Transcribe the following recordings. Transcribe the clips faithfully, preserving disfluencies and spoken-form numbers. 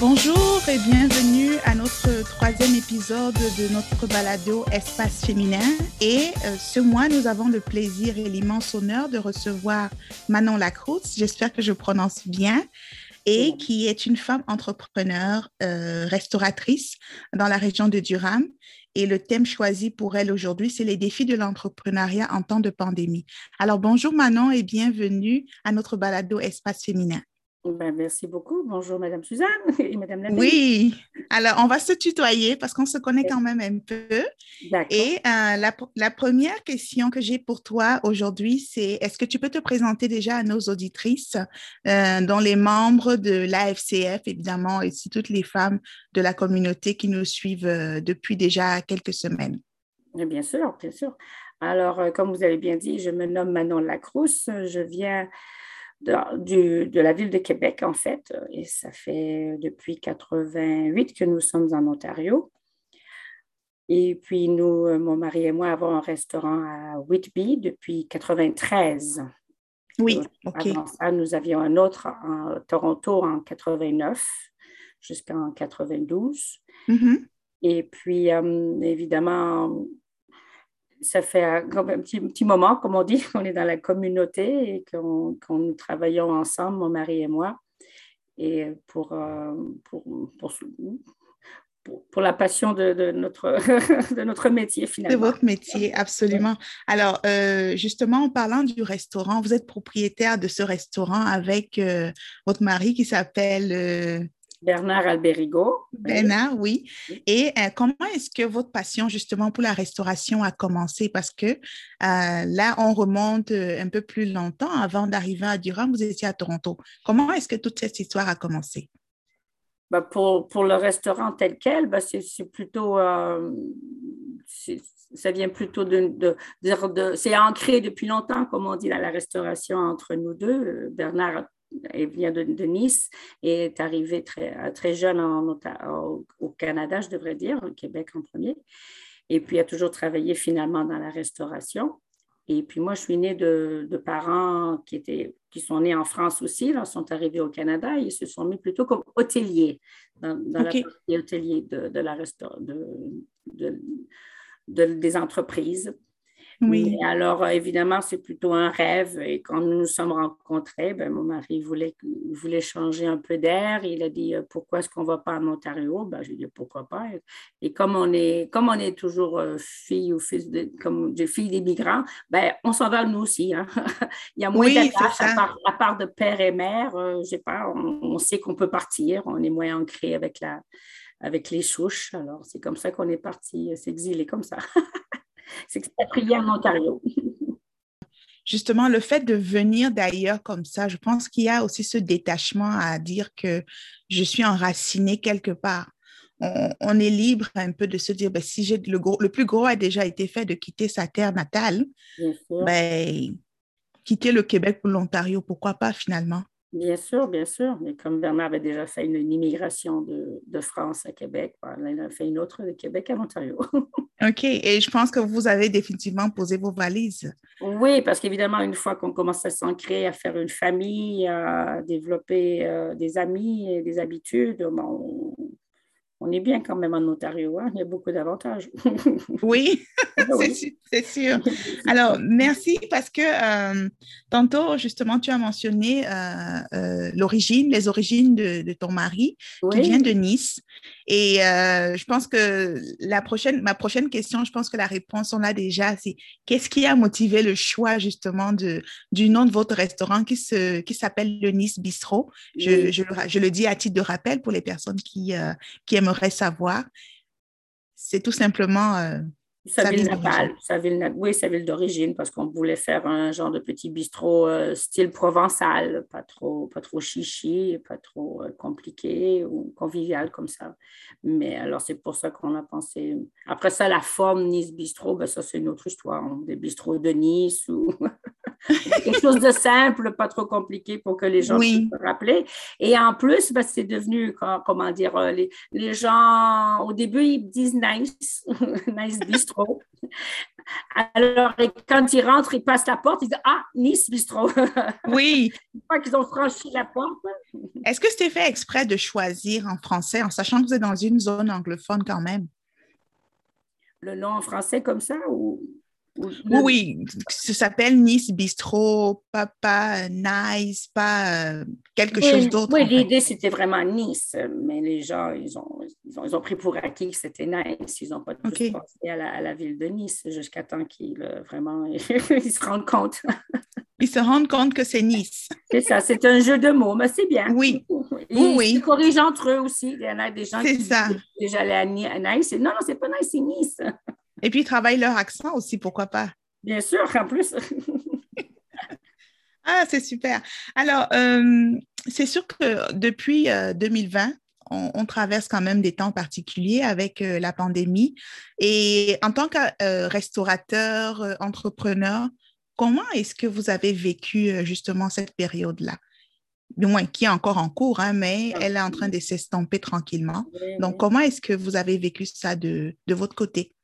Bonjour et bienvenue à notre troisième épisode de notre balado Espace féminin. Et euh, ce mois, nous avons le plaisir et l'immense honneur de recevoir Manon Lacrousse, j'espère que je prononce bien, et qui est une femme entrepreneur, euh, restauratrice dans la région de Durham. Et le thème choisi pour elle aujourd'hui, c'est les défis de l'entrepreneuriat en temps de pandémie. Alors, bonjour Manon et bienvenue à notre balado Espace féminin. Ben, merci beaucoup. Bonjour, Madame Suzanne et Madame Nathalie. Oui, alors on va se tutoyer parce qu'on se connaît quand même un peu. D'accord. Et euh, la, la première question que j'ai pour toi aujourd'hui, c'est est-ce que tu peux te présenter déjà à nos auditrices, euh, dont les membres de l'A F C F, évidemment, et aussi toutes les femmes de la communauté qui nous suivent euh, depuis déjà quelques semaines? Bien sûr, bien sûr. Alors, euh, comme vous avez bien dit, je me nomme Manon Lacrousse. Je viens de, du, de la ville de Québec, en fait, et ça fait depuis quatre-vingt-huit que nous sommes en Ontario. Et puis, nous, mon mari et moi, avons un restaurant à Whitby depuis quatre-vingt-treize. Oui, Donc, OK. avant ça, nous avions un autre en Toronto en quatre-vingt-neuf jusqu'en quatre-vingt-douze. Mm-hmm. Et puis, euh, évidemment, ça fait un, un, petit, un petit moment, comme on dit, qu'on est dans la communauté et qu'on, qu'on nous travaillons ensemble, mon mari et moi, et pour, euh, pour, pour, pour, pour la passion de, de, notre, de notre métier, finalement. De votre métier, absolument. Alors, euh, justement, en parlant du restaurant, vous êtes propriétaire de ce restaurant avec euh, votre mari qui s'appelle... Euh... Bernard Alberigo. Bernard, oui. Et euh, comment est-ce que votre passion justement pour la restauration a commencé? Parce que euh, là, on remonte un peu plus longtemps. Avant d'arriver à Durham, vous étiez à Toronto. Comment est-ce que toute cette histoire a commencé? Ben pour, pour le restaurant tel quel, ben c'est, c'est plutôt... Euh, c'est, ça vient plutôt de, de, de, de... C'est ancré depuis longtemps, comme on dit, dans la restauration entre nous deux. Bernard il vient de, de Nice et est arrivé très, très jeune en, au, au Canada, je devrais dire, au Québec en premier. Et puis, il a toujours travaillé finalement dans la restauration. Et puis, moi, je suis née de, de parents qui, étaient, qui sont nés en France aussi, là, sont arrivés au Canada et ils se sont mis plutôt comme hôteliers, dans, dans okay. la partie hôtelier de, de la resta- de, de, de, des entreprises. Oui. Mais alors, évidemment, c'est plutôt un rêve. Et quand nous nous sommes rencontrés, ben, mon mari voulait, voulait changer un peu d'air. Il a dit, pourquoi est-ce qu'on ne va pas en Ontario? Ben, j'ai dit, pourquoi pas? Et comme on est, comme on est toujours fille ou fils de, comme de filles d'immigrants, ben, on s'en va nous aussi. Hein? Il y a moins oui, d'attaches à part, à part de père et mère. Euh, je sais pas, on, on sait qu'on peut partir. On est moins ancré avec, la, avec les souches. Alors, c'est comme ça qu'on est parti s'exiler comme ça. C'est expatrié en Ontario. Justement, le fait de venir d'ailleurs comme ça, je pense qu'il y a aussi ce détachement à dire que je suis enracinée quelque part. On, on est libre un peu de se dire, ben, si j'ai le, gros, le plus gros a déjà été fait de quitter sa terre natale, ben, quitter le Québec pour l'Ontario, pourquoi pas finalement? Bien sûr, bien sûr. Mais comme Bernard avait déjà fait une, une immigration de, de France à Québec, ben, il a fait une autre de Québec à l'Ontario. OK. Et je pense que vous avez définitivement posé vos valises. Oui, parce qu'évidemment, une fois qu'on commence à s'ancrer, à faire une famille, à développer euh, des amis et des habitudes, ben, on, on est bien quand même en Ontario. Hein? Il y a beaucoup d'avantages. Oui, oui. c'est sûr, c'est sûr. Alors, merci parce que euh, tantôt, justement, tu as mentionné euh, euh, l'origine, les origines de, de ton mari oui. qui vient de Nice. Et euh, je pense que la prochaine, ma prochaine question, je pense que la réponse, on l'a déjà, c'est qu'est-ce qui a motivé le choix, justement, de, du nom de votre restaurant qui, se, qui s'appelle le Nice Bistro? Je, oui. je, je le dis à titre de rappel pour les personnes qui, euh, qui aimeraient savoir. C'est tout simplement euh, sa, sa ville natale, sa ville, oui, sa ville d'origine, parce qu'on voulait faire un genre de petit bistrot euh, style provençal, pas trop, pas trop chichi, pas trop euh, compliqué ou convivial comme ça. Mais alors, c'est pour ça qu'on a pensé. Après ça, la forme Nice Bistro, ben ça, c'est une autre histoire. Hein. Des bistrots de Nice ou quelque chose de simple, pas trop compliqué pour que les gens oui. puissent se rappeler. Et en plus, ben, c'est devenu, comment dire, les, les gens, au début, ils disent nice, nice bistro. Alors, quand ils rentrent, ils passent la porte, ils disent « Ah, Nice Bistrot ». Oui. Une fois qu'ils ont franchi la porte. Est-ce que c'était fait exprès de choisir en français, en sachant que vous êtes dans une zone anglophone quand même? Le nom en français comme ça ou, ou Oui, le... oui, ça s'appelle Nice Bistro, pas, pas Nice, pas euh, quelque chose Oui, d'autre oui, en fait. l'idée, c'était vraiment Nice, mais les gens, ils ont, ils ont, ils ont pris pour acquis que c'était Nice. Ils n'ont pas tous OK. pensé à la, à la ville de Nice jusqu'à temps qu'ils euh, vraiment ils se rendent compte. Ils se rendent compte que c'est Nice. C'est ça, c'est un jeu de mots, mais c'est bien. Oui, oui, Ils se oui, corrigent entre eux aussi. Il y en a des gens c'est qui ça. disent que j'allais à Nice. Non, non, c'est pas Nice, c'est Nice. Et puis, ils travaillent leur accent aussi, pourquoi pas? Bien sûr, en plus. Ah, c'est super. Alors, euh, c'est sûr que depuis euh, deux mille vingt, on, on traverse quand même des temps particuliers avec euh, la pandémie. Et en tant que euh, restaurateur, euh, entrepreneur, comment est-ce que vous avez vécu euh, justement cette période-là? Du moins, qui est encore en cours, hein, mais elle est en train de s'estomper tranquillement. Oui, Donc, oui. comment est-ce que vous avez vécu ça de, de votre côté?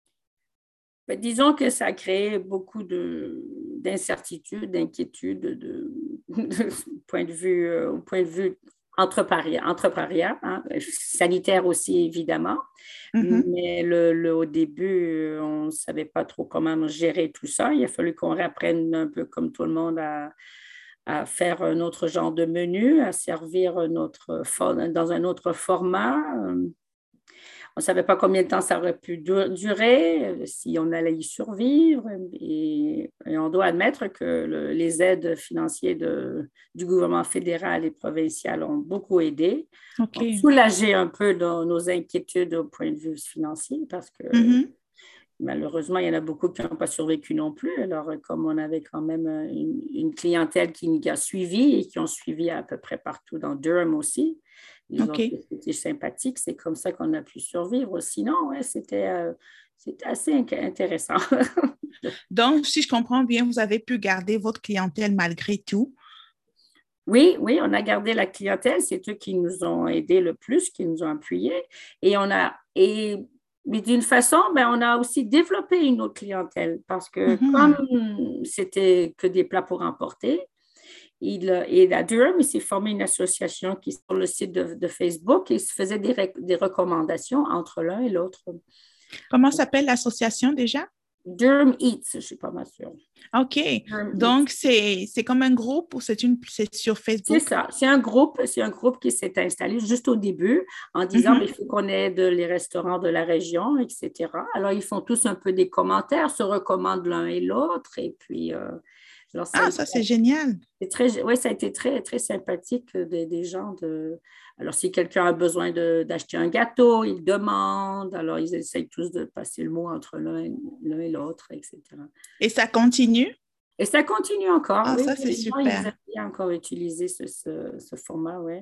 Ben, disons que ça a créé beaucoup de, d'incertitudes, d'inquiétudes de, de, point de vue, euh, au point de vue entrepreneuriat, entrepreneuriat hein, sanitaire aussi évidemment. Mhm. Mais le, le, au début, on ne savait pas trop comment gérer tout ça. Il a fallu qu'on réapprenne un peu comme tout le monde à, à faire un autre genre de menu, à servir notre, dans un autre format. On ne savait pas combien de temps ça aurait pu durer, si on allait y survivre. Et, et on doit admettre que le, les aides financières de, du gouvernement fédéral et provincial ont beaucoup aidé, ont OK. soulagé un peu nos, nos inquiétudes au point de vue financier parce que Mhm. malheureusement, il y en a beaucoup qui n'ont pas survécu non plus. Alors, comme on avait quand même une, une clientèle qui, qui a suivi et qui ont suivi à peu près partout dans Durham aussi, ils ont OK. été sympathiques. C'est comme ça qu'on a pu survivre. Sinon, ouais, c'était, euh, c'était assez intéressant. Donc, si je comprends bien, vous avez pu garder votre clientèle malgré tout. Oui, oui, on a gardé la clientèle. C'est eux qui nous ont aidés le plus, qui nous ont appuyés. Et on a, et, mais d'une façon, ben, on a aussi développé une autre clientèle parce que comme Mhm. c'était que des plats pour emporter, il, et à Durham, il s'est formé une association qui est sur le site de, de Facebook et il se faisait des, des recommandations entre l'un et l'autre. Comment s'appelle l'association déjà? Durham Eats, je ne suis pas mal sûre. OK. Durham Eats. Donc, c'est, c'est comme un groupe ou c'est une, c'est sur C'est Facebook? ça. C'est un groupe, c'est un groupe qui s'est installé juste au début en disant mais il Mhm. faut qu'on aide les restaurants de la région, et cetera. Alors, ils font tous un peu des commentaires, se recommandent l'un et l'autre. Et puis, euh, alors ça a Ah, été ça, c'est génial. c'est très, ouais, ça a été très, très sympathique des, des gens. De... Alors, si quelqu'un a besoin de, d'acheter un gâteau, il demande. Alors, ils essayent tous de passer le mot entre l'un, l'un et l'autre, et cetera. Et ça continue? Et ça continue encore, Ah, oui. ça, Oui, c'est les gens, ils super. aiment bien encore utiliser ce, ce, ce format, oui.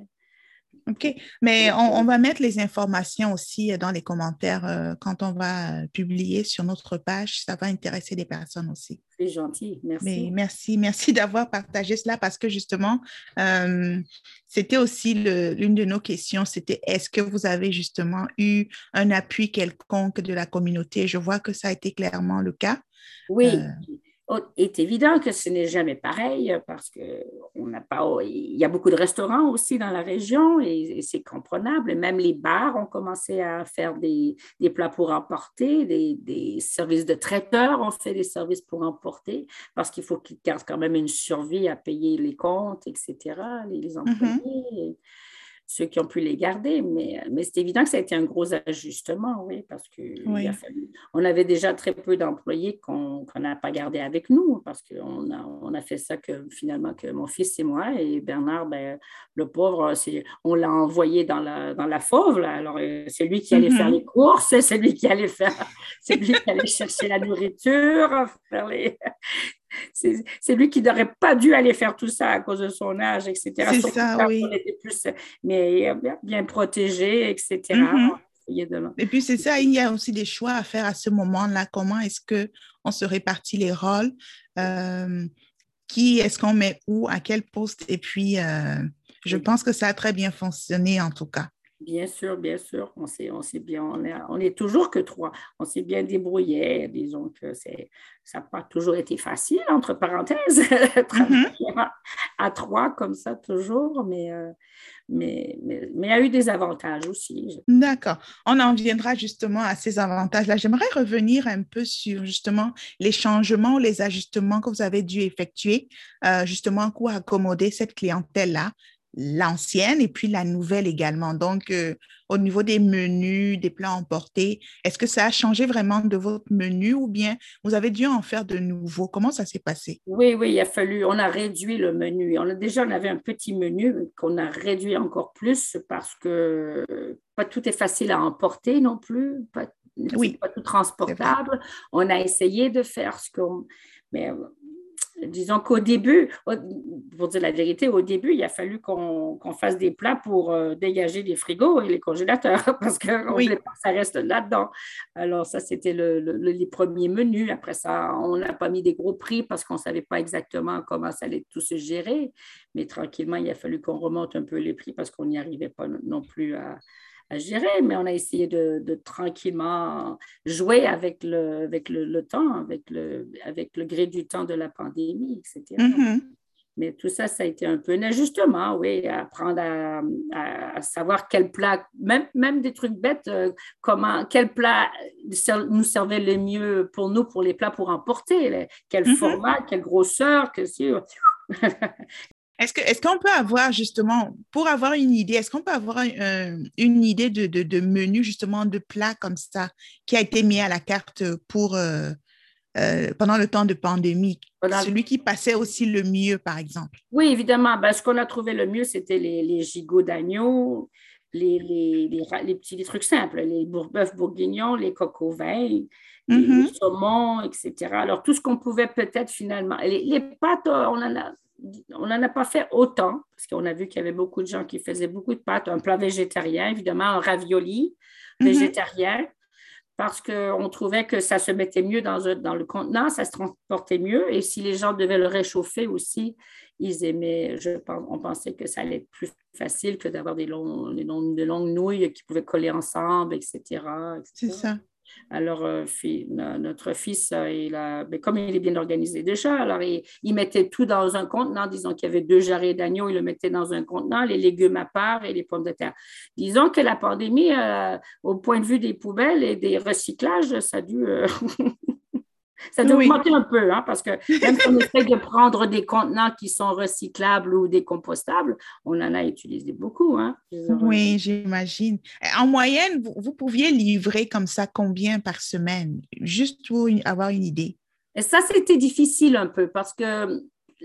OK. Mais on, on va mettre les informations aussi dans les commentaires euh, quand on va euh, publier sur notre page. Ça va intéresser des personnes aussi. C'est gentil, Mais merci. merci, merci d'avoir partagé cela parce que justement, euh, c'était aussi le- l'une de nos questions, c'était est-ce que vous avez justement eu un appui quelconque de la communauté? Je vois que ça a été clairement le cas. Euh, Oui, il est évident que ce n'est jamais pareil parce que on n'a pas, il y a beaucoup de restaurants aussi dans la région et, et c'est comprenable. Même les bars ont commencé à faire des, des plats pour emporter, des, des services de traiteurs ont fait des services pour emporter parce qu'il faut qu'ils gardent quand même une survie à payer les comptes, et cetera, les, les mhm, employés. Ceux qui ont pu les garder. Mais, mais c'est évident que ça a été un gros ajustement, oui, parce qu'il a oui. fallu. On avait déjà très peu d'employés qu'on qu'on n'a pas gardé avec nous, parce qu'on a, on a fait ça que finalement que mon fils et moi. Et Bernard, ben, le pauvre, c'est, on l'a envoyé dans la, dans la fauve. Là. Alors, c'est lui qui allait faire les Mhm. courses, c'est lui qui allait faire, c'est lui qui allait chercher la nourriture, faire les, c'est, c'est lui qui n'aurait pas dû aller faire tout ça à cause de son âge, et cetera. C'est Surtout ça, quand on oui. était plus mais, bien, bien protégé, et cetera. Mhm. De... Et puis, c'est ça, il y a aussi des choix à faire à ce moment-là. Comment est-ce qu'on se répartit les rôles? Euh, qui est-ce qu'on met où, à quel poste? Et puis, euh, je pense que ça a très bien fonctionné en tout cas. Bien sûr, bien sûr, on s'est, on s'est bien, on est, on est toujours que trois. On s'est bien débrouillé. Disons que c'est, ça n'a pas toujours été facile, entre parenthèses, Mhm. travailler à, à trois comme ça toujours, mais, euh, mais, mais, mais il y a eu des avantages aussi. D'accord. On en viendra justement à ces avantages-là. J'aimerais revenir un peu sur justement les changements, les ajustements que vous avez dû effectuer euh, justement pour accommoder cette clientèle-là, l'ancienne et puis la nouvelle également. Donc, euh, au niveau des menus, des plats emportés, est-ce que ça a changé vraiment de votre menu ou bien vous avez dû en faire de nouveaux? Comment ça s'est passé? Oui, oui, il a fallu, on a réduit le menu. On a, déjà, on avait un petit menu qu'on a réduit encore plus parce que euh, pas tout est facile à emporter non plus, pas, c'est Oui, pas tout c'est vrai. transportable. On a essayé de faire ce qu'on... Mais euh, disons qu'au début, pour dire la vérité, au début, il a fallu qu'on qu'on fasse des plats pour euh, dégager les frigos et les congélateurs parce qu'on ne voulait Oui. pas que ça reste là-dedans. Alors, ça, c'était le, le, les premiers menus. Après ça, on n'a pas mis des gros prix parce qu'on ne savait pas exactement comment ça allait tout se gérer. Mais tranquillement, il a fallu qu'on remonte un peu les prix parce qu'on n'y arrivait pas non plus à, à gérer, mais on a essayé de, de tranquillement jouer avec le, avec le, le temps, avec le, avec le gré du temps de la pandémie, et cetera. Mhm. Mais tout ça, ça a été un peu un ajustement, oui, apprendre à, à, à savoir quel plat, même, même des trucs bêtes, euh, comment, quel plat nous servait le mieux pour nous, pour les plats pour emporter, là, quel Mhm. format, quelle grosseur, que si. Est-ce que, est-ce qu'on peut avoir justement, pour avoir une idée, est-ce qu'on peut avoir un- une idée de, de, de menu justement de plat comme ça qui a été mis à la carte pour, euh, euh, pendant le temps de pandémie? Celui qui passait aussi le mieux, par exemple. Oui, évidemment. Ben, ce qu'on a trouvé le mieux, c'était les, les gigots d'agneau, les, les, les, les petits les trucs simples, les bourre-bœuf bourguignons, les coq au vin, les, les Mhm, saumons, et cetera. Alors, tout ce qu'on pouvait peut-être finalement. Les, les pâtes, euh, on en a, on n'en a pas fait autant, parce qu'on a vu qu'il y avait beaucoup de gens qui faisaient beaucoup de pâtes. Un plat végétarien, évidemment, un ravioli mhm. végétarien parce qu'on trouvait que ça se mettait mieux dans, un- dans le contenant, ça se transportait mieux. Et si les gens devaient le réchauffer aussi, ils aimaient, je pense, on pensait que ça allait être plus facile que d'avoir des, longs, des, longues, des longues nouilles qui pouvaient coller ensemble, et cetera, C'est et cetera. ça. Alors, euh, notre fils, euh, il a, ben, comme il est bien organisé déjà, alors il, il mettait tout dans un contenant. Disons qu'il y avait deux jarrets d'agneau, il le mettait dans un contenant, les légumes à part et les pommes de terre. Disons que la pandémie, euh, au point de vue des poubelles et des recyclages, ça a dû, euh, ça a dû Oui. augmenter un peu, hein, parce que même si on essaie de prendre des contenants qui sont recyclables ou décompostables, on en a utilisé beaucoup. Hein. Oui, j'imagine. En moyenne, vous, vous pouviez livrer comme ça combien par semaine? Juste pour une- avoir une idée. Et ça, c'était difficile un peu parce que,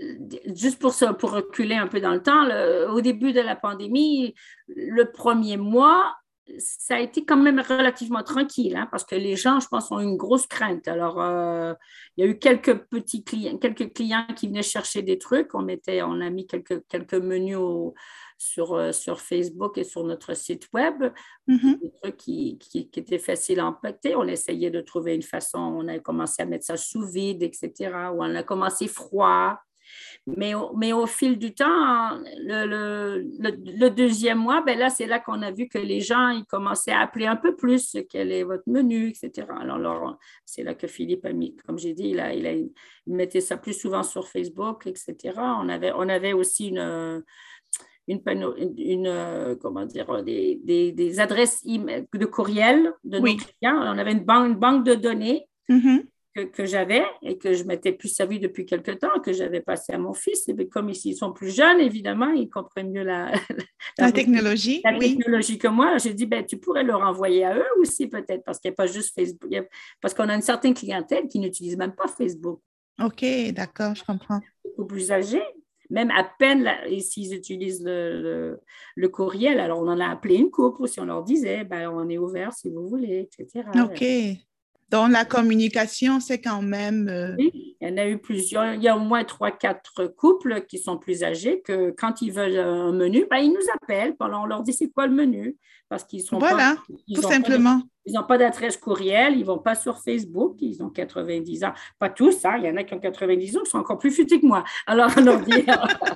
juste pour, ça, pour reculer un peu dans le temps, le- au début de la pandémie, le premier mois, ça a été quand même relativement tranquille hein, parce que les gens, je pense, ont eu une grosse crainte. Alors, euh, il y a eu quelques petits clients, quelques clients qui venaient chercher des trucs. On, mettait, on a mis quelques, quelques menus au- sur, euh, sur Facebook et sur notre site web Mhm. des trucs qui, qui, qui étaient faciles à empaqueter. On essayait de trouver une façon, on a commencé à mettre ça sous vide, et cetera. Ou on a commencé froid. Mais au, mais au fil du temps, le, le, le, le deuxième mois, ben là, c'est là qu'on a vu que les gens, ils commençaient à appeler un peu plus quel est votre menu, et cetera. Alors, alors c'est là que Philippe a mis, comme j'ai dit, il, a, il, a, il mettait ça plus souvent sur Facebook, et cetera. On avait, on avait aussi une une, panneau, une, une euh, comment dire, des, des, des adresses de courriel de nos Oui. clients. On avait une banque, une banque de données Mhm. que, que j'avais et que je m'étais plus servi depuis quelque temps, que j'avais passé à mon fils. Et comme ils sont plus jeunes, évidemment, ils comprennent mieux la, la, La technologie, la oui. technologie que moi. J'ai dit, ben, tu pourrais leur envoyer à eux aussi peut-être, parce qu'il n'y a pas juste Facebook. Parce qu'on a une certaine clientèle qui n'utilise même pas Facebook. OK, d'accord, je comprends. Beaucoup plus âgés, même à peine là, s'ils utilisent le, le, le, courriel. Alors, on en a appelé une couple, si on leur disait, ben, on est ouvert si vous voulez, et cetera. OK. Donc, la communication, c'est quand même... euh, Oui, il y en a eu plusieurs. Il y a au moins trois, quatre couples qui sont plus âgés que quand ils veulent un menu, ben, ils nous appellent. On leur dit c'est quoi le menu parce qu'ils sont pas, Voilà, tout ils ont pas de, simplement. ils n'ont pas d'adresse courriel, ils ne vont pas sur Facebook, ils ont quatre-vingt-dix ans. Pas tous, hein, il y en a qui ont quatre-vingt-dix ans, qui sont encore plus futés que moi. Alors, on leur dit,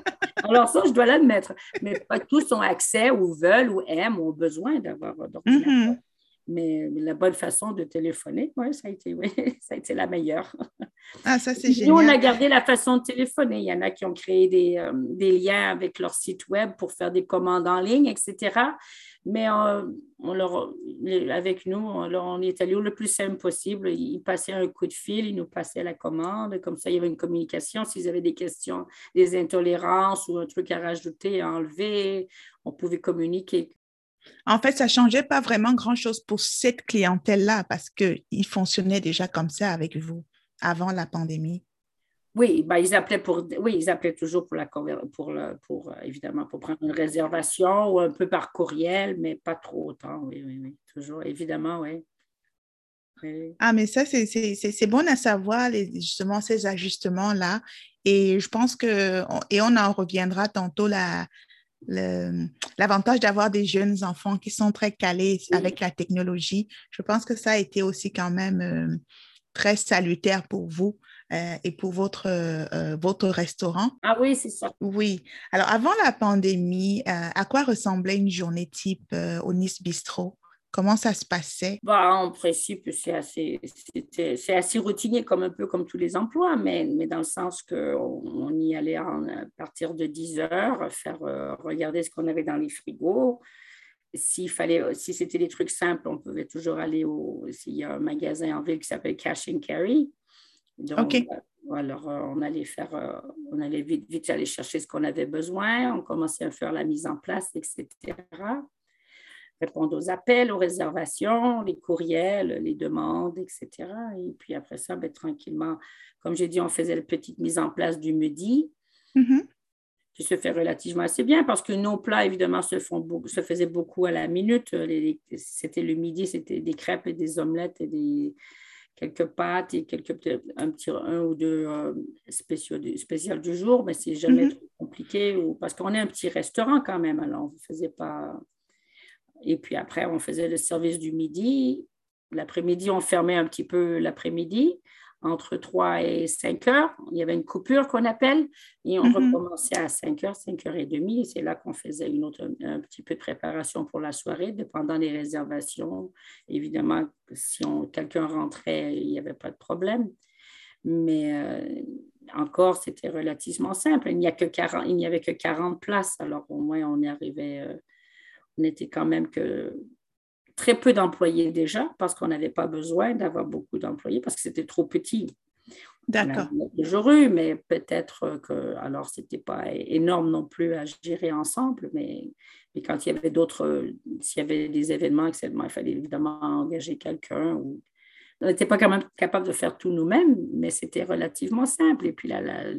Alors ça, je dois l'admettre. Mais pas tous ont accès ou veulent ou aiment ou ont besoin d'avoir d'ordinateur. Mhm. Mais, mais la bonne façon de téléphoner, ouais, ça a été, oui, ça a été la meilleure. Ah, ça, c'est Nous, on a génial. gardé la façon de téléphoner. Il y en a qui ont créé des, euh, des liens avec leur site web pour faire des commandes en ligne, et cetera. Mais euh, on leur, avec nous, on, leur- on est allé au le plus simple possible. Ils passaient un coup de fil, ils nous passaient la commande. Comme ça, il y avait une communication. S'ils avaient des questions, des intolérances ou un truc à rajouter, à enlever, on pouvait communiquer. En fait, ça ne changeait pas vraiment grand-chose pour cette clientèle-là parce qu'ils fonctionnaient déjà comme ça avec vous avant la pandémie. Oui, ben, ils appelaient pour, oui, ils appelaient toujours pour la conver- pour le, pour, euh, évidemment, pour prendre une réservation ou un peu par courriel, mais pas trop autant. Oui, oui, oui, toujours, évidemment, oui. Oui. Ah, mais ça, c'est c'est- c'est- c'est bon à savoir, les, justement, ces ajustements-là. Et je pense que, on- et on en reviendra tantôt, la, le- l'avantage d'avoir des jeunes enfants qui sont très calés Oui. avec la technologie. Je pense que ça a été aussi quand même euh, très salutaire pour vous euh, et pour votre, euh, euh, votre restaurant. Ah oui, c'est ça. Oui. Alors, avant la pandémie, euh, à quoi ressemblait une journée type euh, au Nice Bistro? Comment ça se passait? Bah, en principe, c'est assez, c'était- c'est assez routinier, comme un peu comme tous les emplois, mais, mais dans le sens qu'on on y allait en- à partir de dix heures, faire euh, regarder ce qu'on avait dans les frigos. S'il fallait, si c'était des trucs simples, on pouvait toujours aller au, s'il y a un magasin en ville qui s'appelle Cash and Carry. Donc, OK. euh, alors, euh, on allait faire, euh, on allait vite, vite aller chercher ce qu'on avait besoin. On commençait à faire la mise en place, et cetera. Répondre aux appels, aux réservations, les courriels, les demandes, et cetera. Et puis après ça, ben, tranquillement, comme j'ai dit, on faisait la petite mise en place du midi, Mhm, qui se fait relativement assez bien parce que nos plats, évidemment, se, font beaucoup, se faisaient beaucoup à la minute. Les- c'était le midi, c'était des crêpes et des omelettes et des, quelques pâtes et quelques, un petit un ou deux euh, spéciaux du, spécial du jour, mais c'est jamais mhm, trop compliqué ou, parce qu'on est un petit restaurant quand même, alors on ne faisait pas. Et puis après, on faisait le service du midi. L'après-midi, on fermait un petit peu l'après-midi, entre trois et cinq heures. Il y avait une coupure qu'on appelle et on mhm. recommençait à cinq heures, cinq heures trente. C'est là qu'on faisait une autre, un petit peu de préparation pour la soirée, dépendant des réservations. Évidemment, si on, quelqu'un rentrait, il n'y avait pas de problème. Mais euh, encore, c'était relativement simple. Il n'y, a que quarante, il n'y avait que quarante places, alors au moins on y arrivait. Euh, on était quand même que très peu d'employés déjà, parce qu'on n'avait pas besoin d'avoir beaucoup d'employés, parce que c'était trop petit. On a D'accord. toujours eu, mais peut-être que, alors, ce n'était pas énorme non plus à gérer ensemble, mais, mais quand il y avait d'autres, s'il y avait des événements, et cetera, il fallait évidemment engager quelqu'un. Ou... On n'était pas quand même capable de faire tout nous-mêmes, mais c'était relativement simple. Et puis là, la,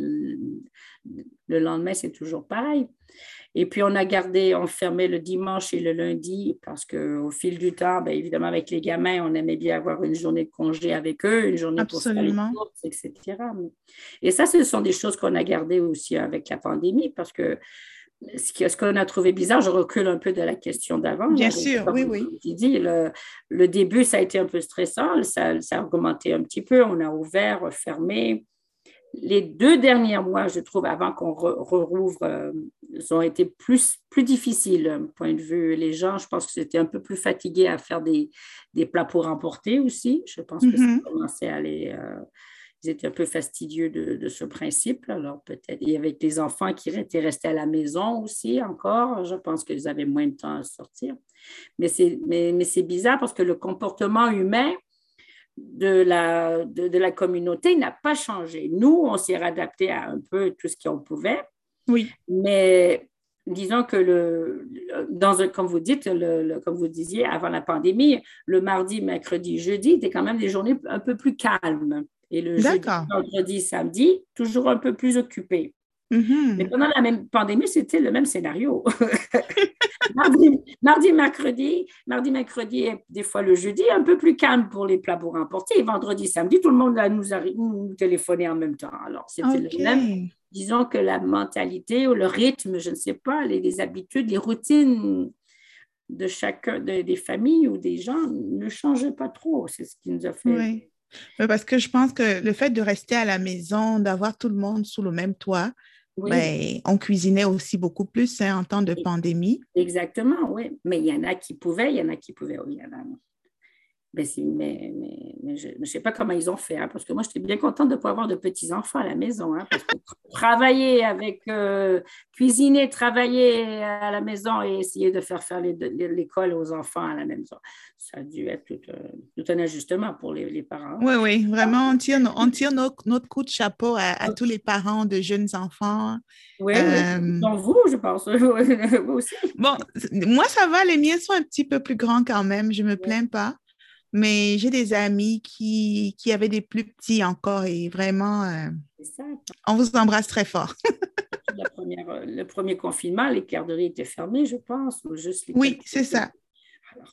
le lendemain, c'est toujours pareil. Et puis, on a gardé, on fermait le dimanche et le lundi parce qu'au fil du temps, bien évidemment, avec les gamins, on aimait bien avoir une journée de congé avec eux, une journée pour faire les Absolument. courses, et cetera. Et ça, ce sont des choses qu'on a gardées aussi avec la pandémie parce que ce qu'on a trouvé bizarre, je recule un peu de la question d'avant. Bien Là, sûr, oui, comme oui. tu dis, le, le, début, ça a été un peu stressant, ça, ça a augmenté un petit peu, on a ouvert, fermé. Les deux derniers mois, je trouve, avant qu'on re, rouvre, euh, ont été plus, plus difficiles, point de vue. Les gens, je pense que c'était un peu plus fatigués à faire des, des plats pour emporter aussi. Je pense que ça Mhm. commençait à aller. Euh, ils étaient un peu fastidieux de, de ce principe. Alors, peut-être, il y avait des enfants qui étaient restés à la maison aussi encore. Je pense qu'ils avaient moins de temps à sortir. Mais c'est, mais, mais c'est bizarre parce que le comportement humain de la, de, de la communauté n'a pas changé. Nous, on s'est réadapté à un peu tout ce qu'on pouvait, Oui. mais disons que le, dans un, comme vous dites, le, le, comme vous disiez, avant la pandémie, le mardi, mercredi, jeudi étaient quand même des journées un peu plus calmes. Et le jeudi, D'accord. vendredi, samedi, toujours un peu plus occupé. Mais Mhm. pendant la même pandémie, c'était le même scénario. mardi, mardi, mercredi, mardi, mercredi et des fois le jeudi, un peu plus calme pour les plats pour emporter. Et vendredi, samedi, tout le monde là, nous, a, nous téléphonait en même temps. Alors, c'était le OK. même. Disons que la mentalité ou le rythme, je ne sais pas, les, les habitudes, les routines de chacun de, des familles ou des gens ne changeaient pas trop. C'est ce qui nous a fait. Oui. Oui, parce que je pense que le fait de rester à la maison, d'avoir tout le monde sous le même toit, Oui, ben, on cuisinait aussi beaucoup plus hein, en temps de pandémie. exactement, oui. Mais il y en a qui pouvaient, il y en a qui pouvaient, oui, il y en a. Mais, mais, mais, mais je ne sais pas comment ils ont fait, hein, parce que moi, j'étais bien contente de ne pas avoir de petits-enfants à la maison, hein, parce que travailler avec, euh, cuisiner, travailler à la maison et essayer de faire faire l'école aux enfants à la maison, ça a dû être tout, euh, tout un ajustement pour les, les parents. Oui, oui, vraiment, on tire, on tire notre, notre coup de chapeau à, à tous les parents de jeunes enfants. Oui, oui, Euh, donc vous, je pense, vous aussi. bon, moi, ça va, les miens sont un petit peu plus grands quand même, je ne me plains pas. Mais j'ai des amis qui, qui avaient des plus petits encore et vraiment, euh, C'est ça. on vous embrasse très fort. La première, le premier confinement, les garderies étaient fermées, je pense, ou juste les Oui, quelques. c'est ça. Alors,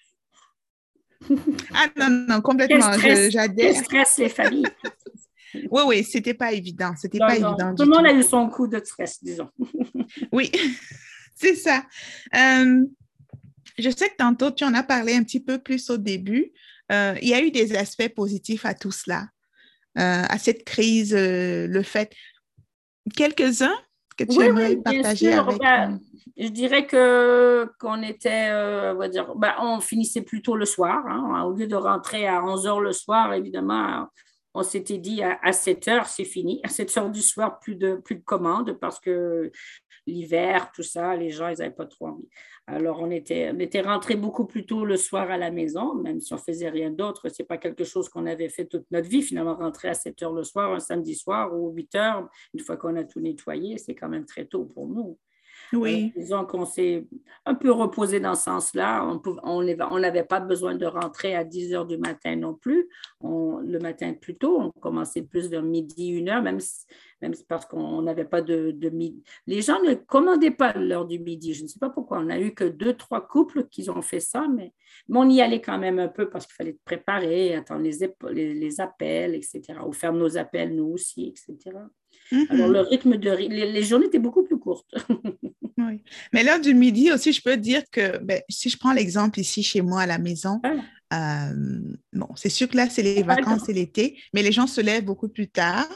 Ah non, non, quel complètement, je- stress, quel j'adhère. stress les familles. Oui, oui, c'était pas évident, c'était Non, pas non, évident tout le du monde tout. a eu son coup de stress, disons. Oui, c'est ça. Euh, je sais que tantôt, tu en as parlé un petit peu plus au début. Euh, il y a eu des aspects positifs à tout cela, euh, à cette crise, euh, le fait, quelques-uns que tu Oui, aimerais oui, bien partager sûr. avec Ben, nous. je dirais que qu'on était, euh, on va dire, ben, on finissait plus tôt le soir. Hein. Au lieu de rentrer à onze heures le soir, évidemment, on s'était dit à, à sept heures, c'est fini. À sept heures du soir, plus de, plus de commandes parce que l'hiver, tout ça, les gens, ils n'avaient pas trop envie. Alors, on était, on était rentré beaucoup plus tôt le soir à la maison, même si on ne faisait rien d'autre. Ce n'est pas quelque chose qu'on avait fait toute notre vie, finalement, rentrer à sept heures le soir, un samedi soir ou huit heures, une fois qu'on a tout nettoyé, c'est quand même très tôt pour nous. Alors, Oui. disons qu'on s'est un peu reposé dans ce sens-là. On n'avait pas besoin de rentrer à dix heures du matin non plus. On, le matin plus tôt, on commençait plus vers midi, une heure, même, si, même si parce qu'on n'avait pas de, de midi. Les gens ne commandaient pas l'heure du midi. Je ne sais pas pourquoi. On n'a eu que deux, trois couples qui ont fait ça, mais, mais on y allait quand même un peu parce qu'il fallait préparer, attendre les, les, les appels, et cetera. Ou faire nos appels, nous aussi, et cetera. Alors, le Mhm. rythme de... Les, les journées étaient beaucoup plus courtes. Oui. Mais l'heure du midi aussi, je peux dire que ben, si je prends l'exemple ici chez moi à la maison, Ah, euh, bon, c'est sûr que là, c'est les pas le vacances temps. et l'été, mais les gens se lèvent beaucoup plus tard.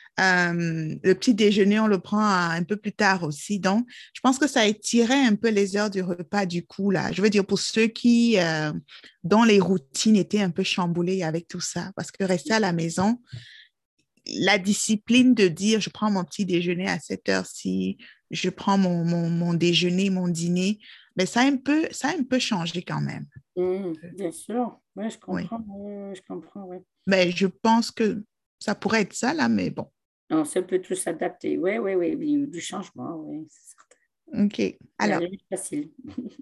Euh, le petit déjeuner, on le prend à- un peu plus tard aussi. Donc, je pense que ça étirait un peu les heures du repas du coup, là. Je veux dire, pour ceux qui, euh, dont les routines étaient un peu chamboulées avec tout ça, parce que rester à la maison, la discipline de dire je prends mon petit déjeuner à cette heure-ci, je prends mon, mon, mon déjeuner, mon dîner, mais ça a un peu, ça a un peu changé quand même. Mmh, bien sûr, oui, je Oui. comprends, oui, oui, je comprends, oui. Mais je pense que ça pourrait être ça là, mais bon. On se peut tous s'adapter, oui, oui, oui, il y a eu du changement, oui, c'est certain. OK. Il n'y a Alors, rien de facile.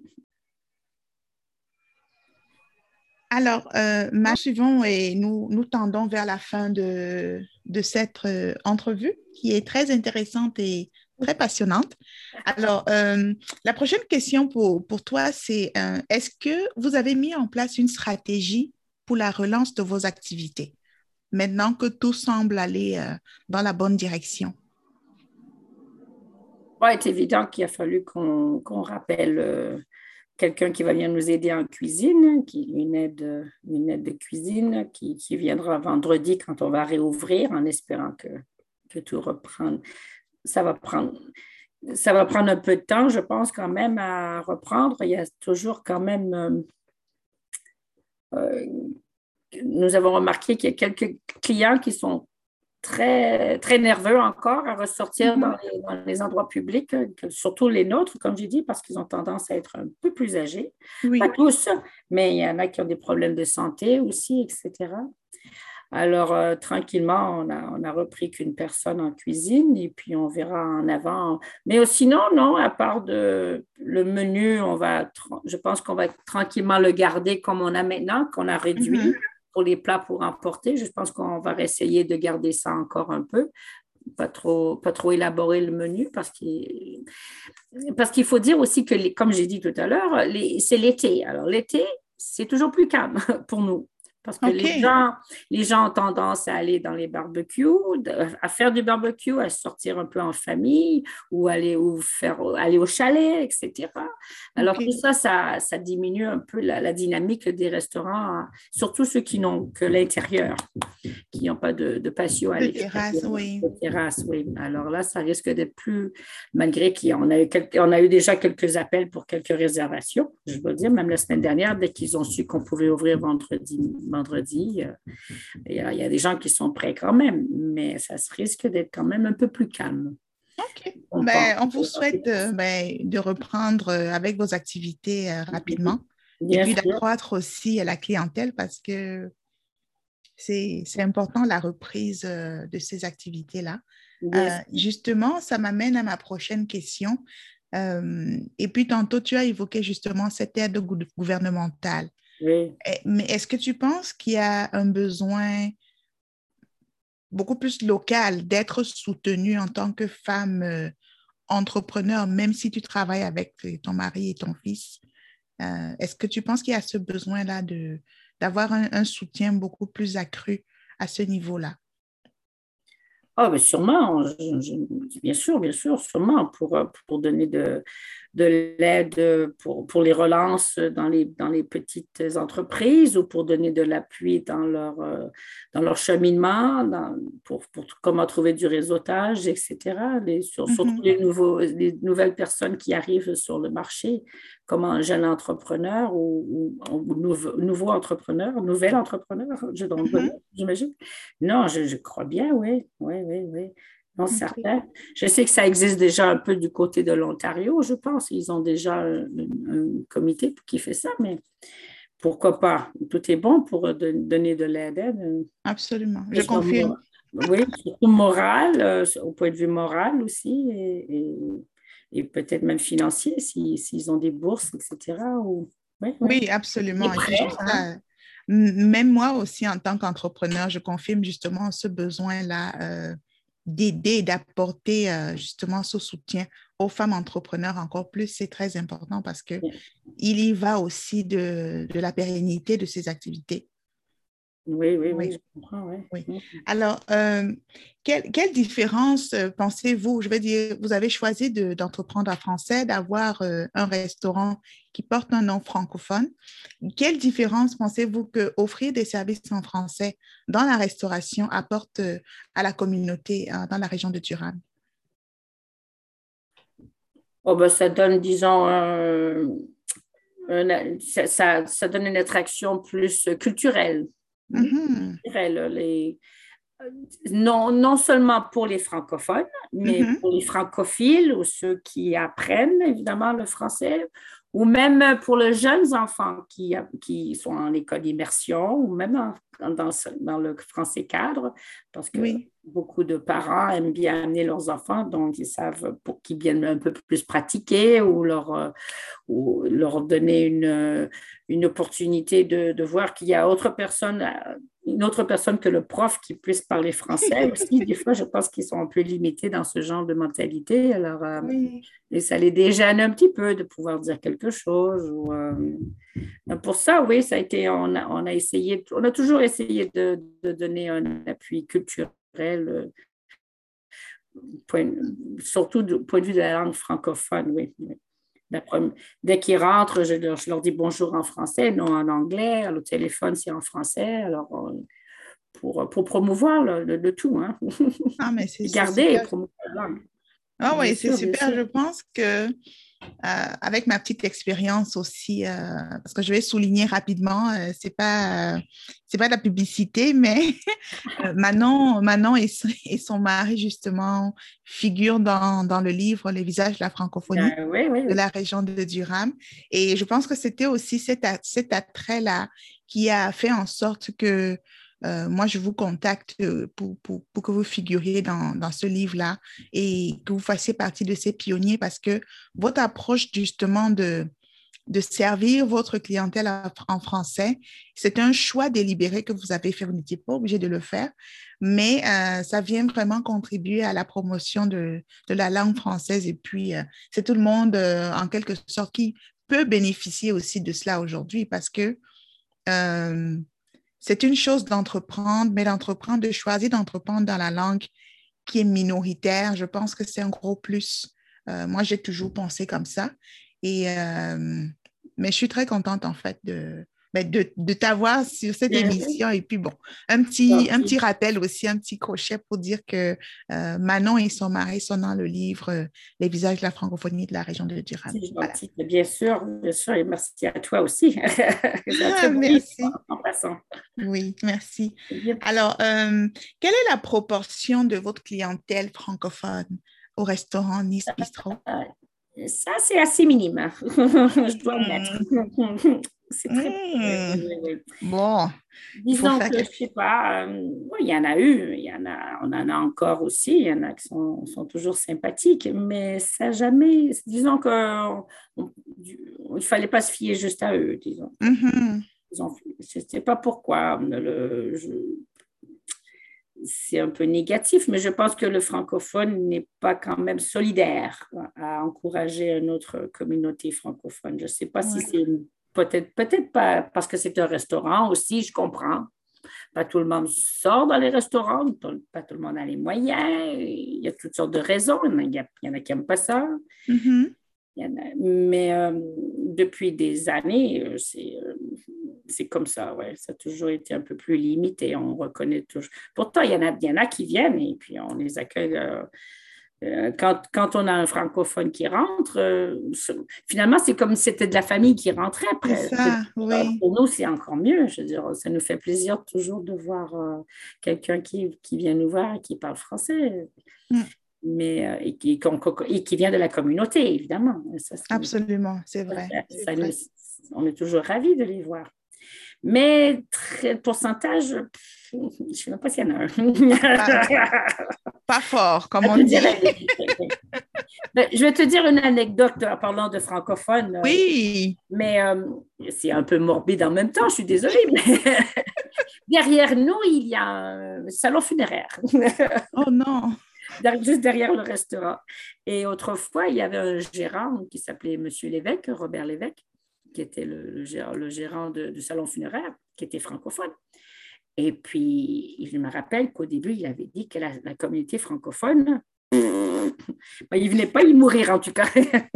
alors euh, ma suivant et nous, nous tendons vers la fin de, de cette euh, entrevue qui est très intéressante et très passionnante. Alors, euh, la prochaine question pour, pour toi, c'est euh, est-ce que vous avez mis en place une stratégie pour la relance de vos activités, maintenant que tout semble aller euh, dans la bonne direction? Ouais, c'est évident qu'il a fallu qu'on qu'on rappelle euh, quelqu'un qui va venir nous aider en cuisine, qui, une aide, une aide de cuisine qui, qui viendra vendredi quand on va réouvrir en espérant que, que tout reprenne. Ça va prendre, ça va prendre un peu de temps, je pense, quand même, à reprendre. Il y a toujours quand même, euh, euh, nous avons remarqué qu'il y a quelques clients qui sont très, très nerveux encore à ressortir dans Mhm. les, dans les endroits publics, que- surtout les nôtres, comme j'ai dit, parce qu'ils ont tendance à être un peu plus âgés. Pas Oui. tous, mais il y en a qui ont des problèmes de santé aussi, et cetera. Alors, euh, tranquillement, on a, on a repris qu'une personne en cuisine et puis on verra en avant. Mais sinon, non, à part de, le menu, on va, je pense qu'on va tranquillement le garder comme on a maintenant, qu'on a réduit Mhm. pour les plats pour emporter. Je pense qu'on va essayer de garder ça encore un peu, pas trop, pas trop élaborer le menu parce qu'il, parce qu'il faut dire aussi que, les, comme j'ai dit tout à l'heure, les, c'est l'été. Alors, l'été, c'est toujours plus calme pour nous Parce que OK. les gens, les gens ont tendance à aller dans les barbecues, à faire du barbecue, à sortir un peu en famille ou aller, ou faire, aller au chalet, et cetera. Alors tout OK. ça, ça, ça diminue un peu la, la dynamique des restaurants, surtout ceux qui n'ont que l'intérieur, qui n'ont pas de, de patio à De terrasse, l'extérieur, oui. de terrasse, oui. Alors là, ça risque d'être plus, malgré qu'on a eu, quelques, on a eu déjà quelques appels pour quelques réservations, je dois dire, même la semaine dernière, dès qu'ils ont su qu'on pouvait ouvrir vendredi, vendredi euh, il y, a, il y a des gens qui sont prêts quand même, mais ça se risque d'être quand même un peu plus calme. OK. On pense. Ben, on vous souhaite euh, ben, de reprendre euh, avec vos activités euh, rapidement et Bien puis sûr, d'accroître aussi euh, la clientèle parce que c'est, c'est important la reprise euh, de ces activités-là. bien Euh, sûr. justement, ça m'amène à ma prochaine question. Euh, et puis tantôt, tu as évoqué justement cette aide gou- gouvernementale. Oui. Eh, Mais est-ce que tu penses qu'il y a un besoin beaucoup plus local d'être soutenue en tant que femme euh, entrepreneur, même si tu travailles avec ton mari et ton fils? Euh, est-ce que tu penses qu'il y a ce besoin-là de, d'avoir un, un soutien beaucoup plus accru à ce niveau-là? Ah, mais sûrement, je- je- bien sûr, bien sûr, sûrement, pour, euh, pour donner de, de l'aide pour, pour les relances dans les, dans les petites entreprises ou pour donner de l'appui dans leur, euh, dans leur cheminement, dans- pour, pour comment trouver du réseautage, et cetera. Les, sur- surtout Mhm, les, nouveaux, les nouvelles personnes qui arrivent sur le marché, comme un jeune entrepreneur ou, ou, ou nouveau, nouveau entrepreneur, nouvel entrepreneur, je donc, mhm. j'imagine. Non, je, je crois bien, oui, oui, oui, oui. Non, OK. certain. Je sais que ça existe déjà un peu du côté de l'Ontario, je pense. Ils ont déjà un, un comité qui fait ça, mais pourquoi pas? Tout est bon pour de- donner de l'aide, hein, Absolument. que Je ce soit mo- confirme. oui, surtout moral, euh, au point de vue moral aussi, et, et- et peut-être même financier si, s'ils ont des bourses, et cetera. Ou, oui, oui. Oui, Des absolument. Et puis, prêts, je- hein? ça, m- même moi aussi, en tant qu'entrepreneur, je confirme justement ce besoin-là euh, d'aider, d'apporter euh, justement ce soutien aux femmes entrepreneurs encore plus. C'est très important parce que il y va aussi de, de la pérennité de ces activités. Oui, oui, oui, Oui. je comprends, oui. Oui. Alors, euh, quelle, quelle différence euh, pensez-vous? Je veux dire, vous avez choisi de- d'entreprendre en français, d'avoir euh, un restaurant qui porte un nom francophone. Quelle différence pensez-vous que offrir des services en français dans la restauration apporte euh, à la communauté euh, dans la région de Durham? Oh, ben, ça donne, disons, un- un- ça, ça- ça donne une attraction plus culturelle. Hmm? Mhm, Culturelle, les- non, non seulement pour les francophones, mais mhm, pour les francophiles ou ceux qui apprennent évidemment le français, ou même pour les jeunes enfants qui, qui sont en école d'immersion, ou même en- dans, ce- dans le français cadre, parce que oui. beaucoup de parents aiment bien amener leurs enfants, donc ils savent pour qu'ils viennent un peu plus pratiquer ou leur, euh, ou leur donner une, une opportunité de, de voir qu'il y a autre personne, une autre personne que le prof qui puisse parler français aussi. Des fois, je pense qu'ils sont un peu limités dans ce genre de mentalité. Alors, euh, Oui. et ça les déjeune un petit peu de pouvoir dire quelque chose. Ou, euh, pour ça, oui, ça a été, on a, on a essayé, on a toujours essayé de, de donner un appui culturel, euh, point, surtout du point de vue de la langue francophone, oui. Dès qu'ils rentrent, je leur, je leur, dis bonjour en français, non en anglais. Le téléphone, c'est en français. Alors, pour, pour promouvoir le, le, le tout, hein. Ah, mais c'est c'est Garder et super. promouvoir la langue. Ah Bien oui, c'est sûr, bien super. sûr. Je pense que Euh, avec ma petite expérience aussi, euh, parce que je vais souligner rapidement, euh, c'est pas, euh, c'est pas de la publicité, mais euh, Manon, Manon et, son- et son mari, justement, figurent dans, dans le livre Les visages de la francophonie Euh, oui, oui, de oui. la région de Durham. Et je pense que c'était aussi cet, a- cet attrait-là qui a fait en sorte que euh, moi, je vous contacte euh, pour, pour, pour que vous figuriez dans, dans ce livre-là et que vous fassiez partie de ces pionniers parce que votre approche justement de, de servir votre clientèle en français, c'est un choix délibéré que vous avez fait. Vous n'étiez pas obligé de le faire, mais euh, ça vient vraiment contribuer à la promotion de, de la langue française. Et puis, euh, c'est tout le monde, euh, en quelque sorte, qui peut bénéficier aussi de cela aujourd'hui parce que euh, c'est une chose d'entreprendre, mais d'entreprendre, de choisir d'entreprendre dans la langue qui est minoritaire, je pense que c'est un gros plus. Euh, moi, j'ai toujours pensé comme ça. Et, euh, mais je suis très contente, en fait, de, ben, de, de t'avoir sur cette émission. Et puis, bon, un petit, un petit rappel aussi, un petit crochet pour dire que euh, Manon et son mari sont dans le livre euh, Les visages de la francophonie de la région de Durham. C'est gentil, voilà. Bien sûr, bien sûr, et merci à toi aussi. C'est un très bon merci. Livre, en passant. Oui, merci. Alors, euh, quelle est la proportion de votre clientèle francophone au restaurant Nice Bistro? Ça, c'est assez minime, je dois admettre. C'est très... Mmh. Oui, oui. Bon. Disons que, quelque... je ne sais pas, euh, oui, il y en a eu, il y en a, on en a encore aussi, il y en a qui sont, sont toujours sympathiques, mais ça jamais, disons qu'il ne fallait pas se fier juste à eux, disons. Mmh. Je ne sais pas pourquoi, le, je, c'est un peu négatif, mais je pense que le francophone n'est pas quand même solidaire à encourager une autre communauté francophone. Je ne sais pas ouais. si c'est peut-être, peut-être pas parce que c'est un restaurant aussi, je comprends. Pas tout le monde sort dans les restaurants, pas tout le monde a les moyens. Il y a toutes sortes de raisons. Il y, a, il y en a qui n'aiment pas ça. Mm-hmm. Il y en a, mais euh, depuis des années, c'est... Euh, c'est comme ça, ouais. Ça a toujours été un peu plus limité. On reconnaît toujours. Pourtant, il y en a, il y en a qui viennent et puis on les accueille. Euh, euh, quand, quand on a un francophone qui rentre, euh, finalement, c'est comme si c'était de la famille qui rentrait après. C'est ça, oui. Pour nous, c'est encore mieux. Je veux dire, ça nous fait plaisir toujours de voir euh, quelqu'un qui, qui vient nous voir et qui parle français. Mm. Mais, euh, et, qui, et qui vient de la communauté, évidemment. Ça, absolument, c'est vrai. Ça, c'est ça vrai. Nous, on est toujours ravis de les voir. Mais très, pourcentage, je ne sais même pas s'il y en a un. Pas, pas fort, comme on dit. Je vais te dire une anecdote en parlant de francophone. Oui. Mais euh, c'est un peu morbide en même temps, je suis désolée. Mais derrière nous, il y a un salon funéraire. Oh non. Juste derrière le restaurant. Et autrefois, il y avait un gérant qui s'appelait M. Lévesque, Robert Lévesque, qui était le, le gérant, le gérant de, du salon funéraire, qui était francophone. Et puis, je me rappelle qu'au début, il avait dit que la, la communauté francophone, ben, il ne venait pas y mourir, en tout cas.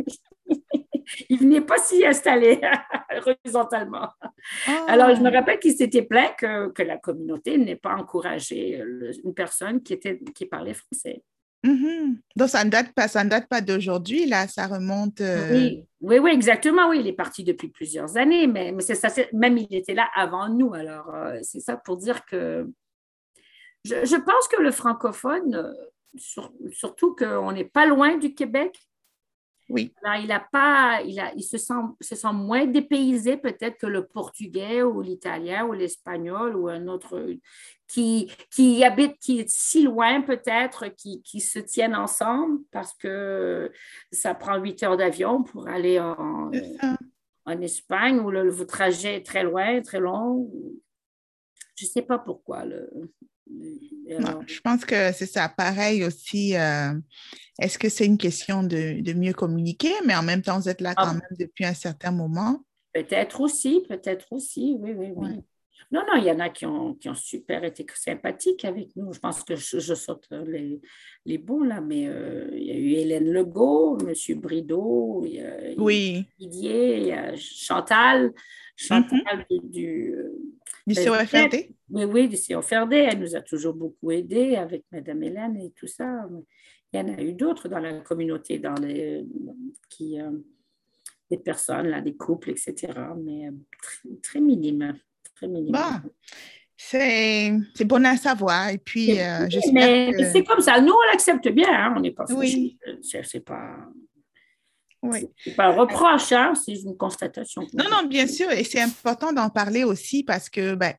Il ne venait pas s'y installer horizontalement. Oh. Alors, je me rappelle qu'il s'était plaint que, que la communauté n'ait pas encouragé une personne qui, était, qui parlait français. Mm-hmm. Donc, ça ne date pas, ça ne date pas d'aujourd'hui, là, ça remonte... Euh... Oui, oui, oui, exactement, oui, il est parti depuis plusieurs années, mais, mais c'est ça, c'est, même il était là avant nous, alors euh, c'est ça pour dire que je, je pense que le francophone, sur, surtout qu'on n'est pas loin du Québec, oui. Alors, il, a pas, il, a, il se, sent, se sent moins dépaysé peut-être que le portugais ou l'italien ou l'espagnol ou un autre qui, qui habite, qui est si loin peut-être, qui, qui se tiennent ensemble parce que ça prend huit heures d'avion pour aller en, en Espagne où le, le trajet est très loin, très long. Je ne sais pas pourquoi. Le, Non, je pense que c'est ça. Pareil aussi, euh, est-ce que c'est une question de, de mieux communiquer, mais en même temps, vous êtes là quand ah, même depuis un certain moment? Peut-être aussi, peut-être aussi, oui, oui, oui. Ouais. Non, non, il y en a qui ont, qui ont super été sympathiques avec nous. Je pense que je, je saute les, les bons, là, mais euh, il y a eu Hélène Legault, M. Brideau, il y a, oui. Didier, il y a Chantal, Chantal mm-hmm. du... du Du C O F R D? Oui, oui, du C O F R D. Elle nous a toujours beaucoup aidés avec Mme Hélène et tout ça. Il y en a eu d'autres dans la communauté, dans les, qui, euh, des personnes, là, des couples, et cetera. Mais très, très minime. Très minime. Bon, c'est, c'est bon à savoir. Et puis, euh, j'espère mais, que... mais c'est comme ça. Nous, on l'accepte bien. Hein? On n'est pas oui. C'est, c'est pas... Oui. C'est pas un reproche, hein? C'est une constatation. Non, non, bien sûr. Et c'est important d'en parler aussi parce que ben,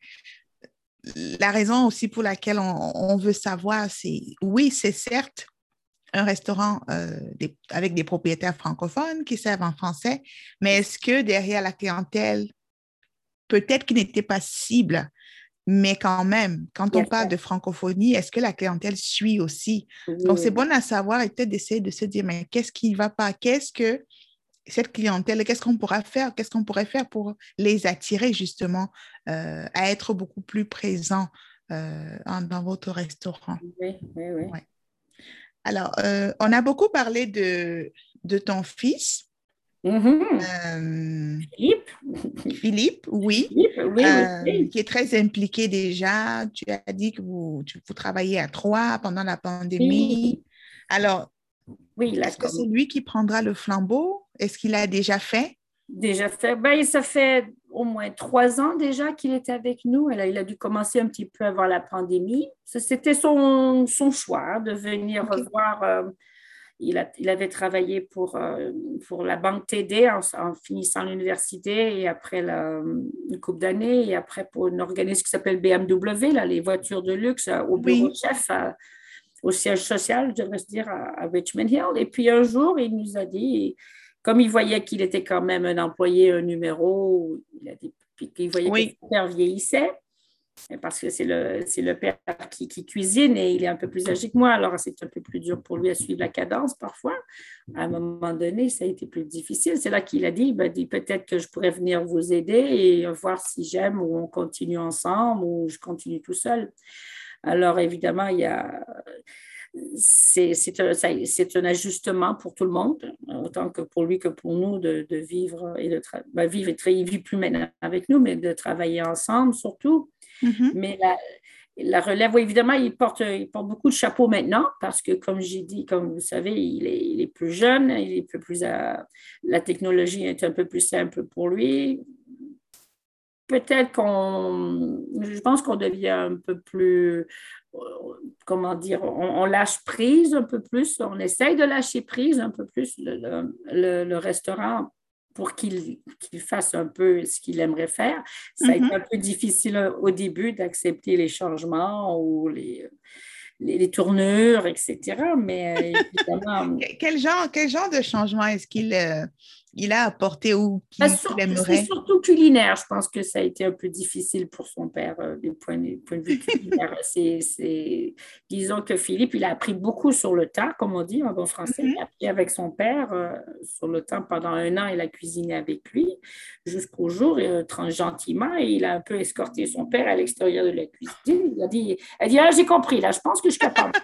la raison aussi pour laquelle on, on veut savoir, c'est oui, c'est certes un restaurant euh, des, avec des propriétaires francophones qui servent en français, mais est-ce que derrière la clientèle, peut-être qui n'était pas cible, mais quand même, quand on parle de francophonie, est-ce que la clientèle suit aussi? Oui. Donc, c'est bon à savoir et peut-être d'essayer de se dire, mais qu'est-ce qui ne va pas? Qu'est-ce que cette clientèle, qu'est-ce qu'on pourra faire, qu'est-ce qu'on pourrait faire pour les attirer justement euh, à être beaucoup plus présents euh, en- dans votre restaurant. Oui, oui, oui. Ouais. Alors, euh, on a beaucoup parlé de, de ton fils, Mhm. euh, Philippe? Philippe, oui, Philippe, oui, oui, euh, oui. qui est très impliqué déjà. Tu as dit que vous, tu- vous travaillez à trois pendant la pandémie. Oui, Alors, oui, il a est-ce que c'est comme lui qui prendra le flambeau? Est-ce qu'il a déjà fait? déjà fait. Ben, ça fait au moins trois ans déjà qu'il est avec nous. Elle a- il a dû commencer un petit peu avant la pandémie. Ça, c'était son, son choix hein, de venir OK. voir. euh, il, a- il avait travaillé pour, euh, pour la banque T D en, en finissant l'université et après la, une couple d'années et après pour un organisme qui s'appelle B M W, là, les voitures de luxe, euh, au bureau de Oui, chef, à- au siège social, je devrais se dire, à, à Richmond Hill. Et puis un jour, il nous a dit, comme il voyait qu'il était quand même un employé, un numéro, il a dit, puis qu'il voyait que oui. son père vieillissait, parce que c'est le, c'est le père qui, qui cuisine et il est un peu plus âgé que moi, alors c'est un peu plus dur pour lui à suivre la cadence parfois. À un moment donné, ça a été plus difficile. C'est là qu'il a dit, ben, dit peut-être que je pourrais venir vous aider et voir si j'aime ou on continue ensemble ou je continue tout seul. Alors évidemment, il y a, c'est, c'est, un, c'est un ajustement pour tout le monde, autant que pour lui que pour nous, de, de vivre et de tra- ben, vivre. Et il ne vit plus maintenant avec nous, mais de travailler ensemble surtout. Mhm. Mais la, la relève, oui, évidemment, il porte, il porte beaucoup de chapeaux maintenant parce que, comme j'ai dit, comme vous savez, il est, il est plus jeune, il est un peu plus à, la technologie est un peu plus simple pour lui. Peut-être qu'on, je pense qu'on devient un peu plus, euh, comment dire, on, on lâche prise un peu plus, on essaye de lâcher prise un peu plus le, le, le, le restaurant pour qu'il qu'il fasse un peu ce qu'il aimerait faire. Ça a été Mhm. un peu difficile au début d'accepter les changements ou les, les, les tournures, et cetera. Mais euh, évidemment, Que- Quel genre, quel genre de changement est-ce qu'il euh, il a apporté ou Ben, qu'il qu'il surtout- c'est aimerait? surtout culinaire. Je pense que ça a été un peu difficile pour son père euh, du point, du point de vue culinaire. C'est, c'est- Disons que Philippe, il a appris beaucoup sur le tas, comme on dit en bon français. Il Mhm. a appris avec son père euh, sur le tas pendant un an. Il a cuisiné avec lui jusqu'au jour, euh, très gentiment, et il a un peu escorté son père à l'extérieur de la cuisine. Il a dit, elle dit, ah, j'ai compris, là, je pense que je suis capable.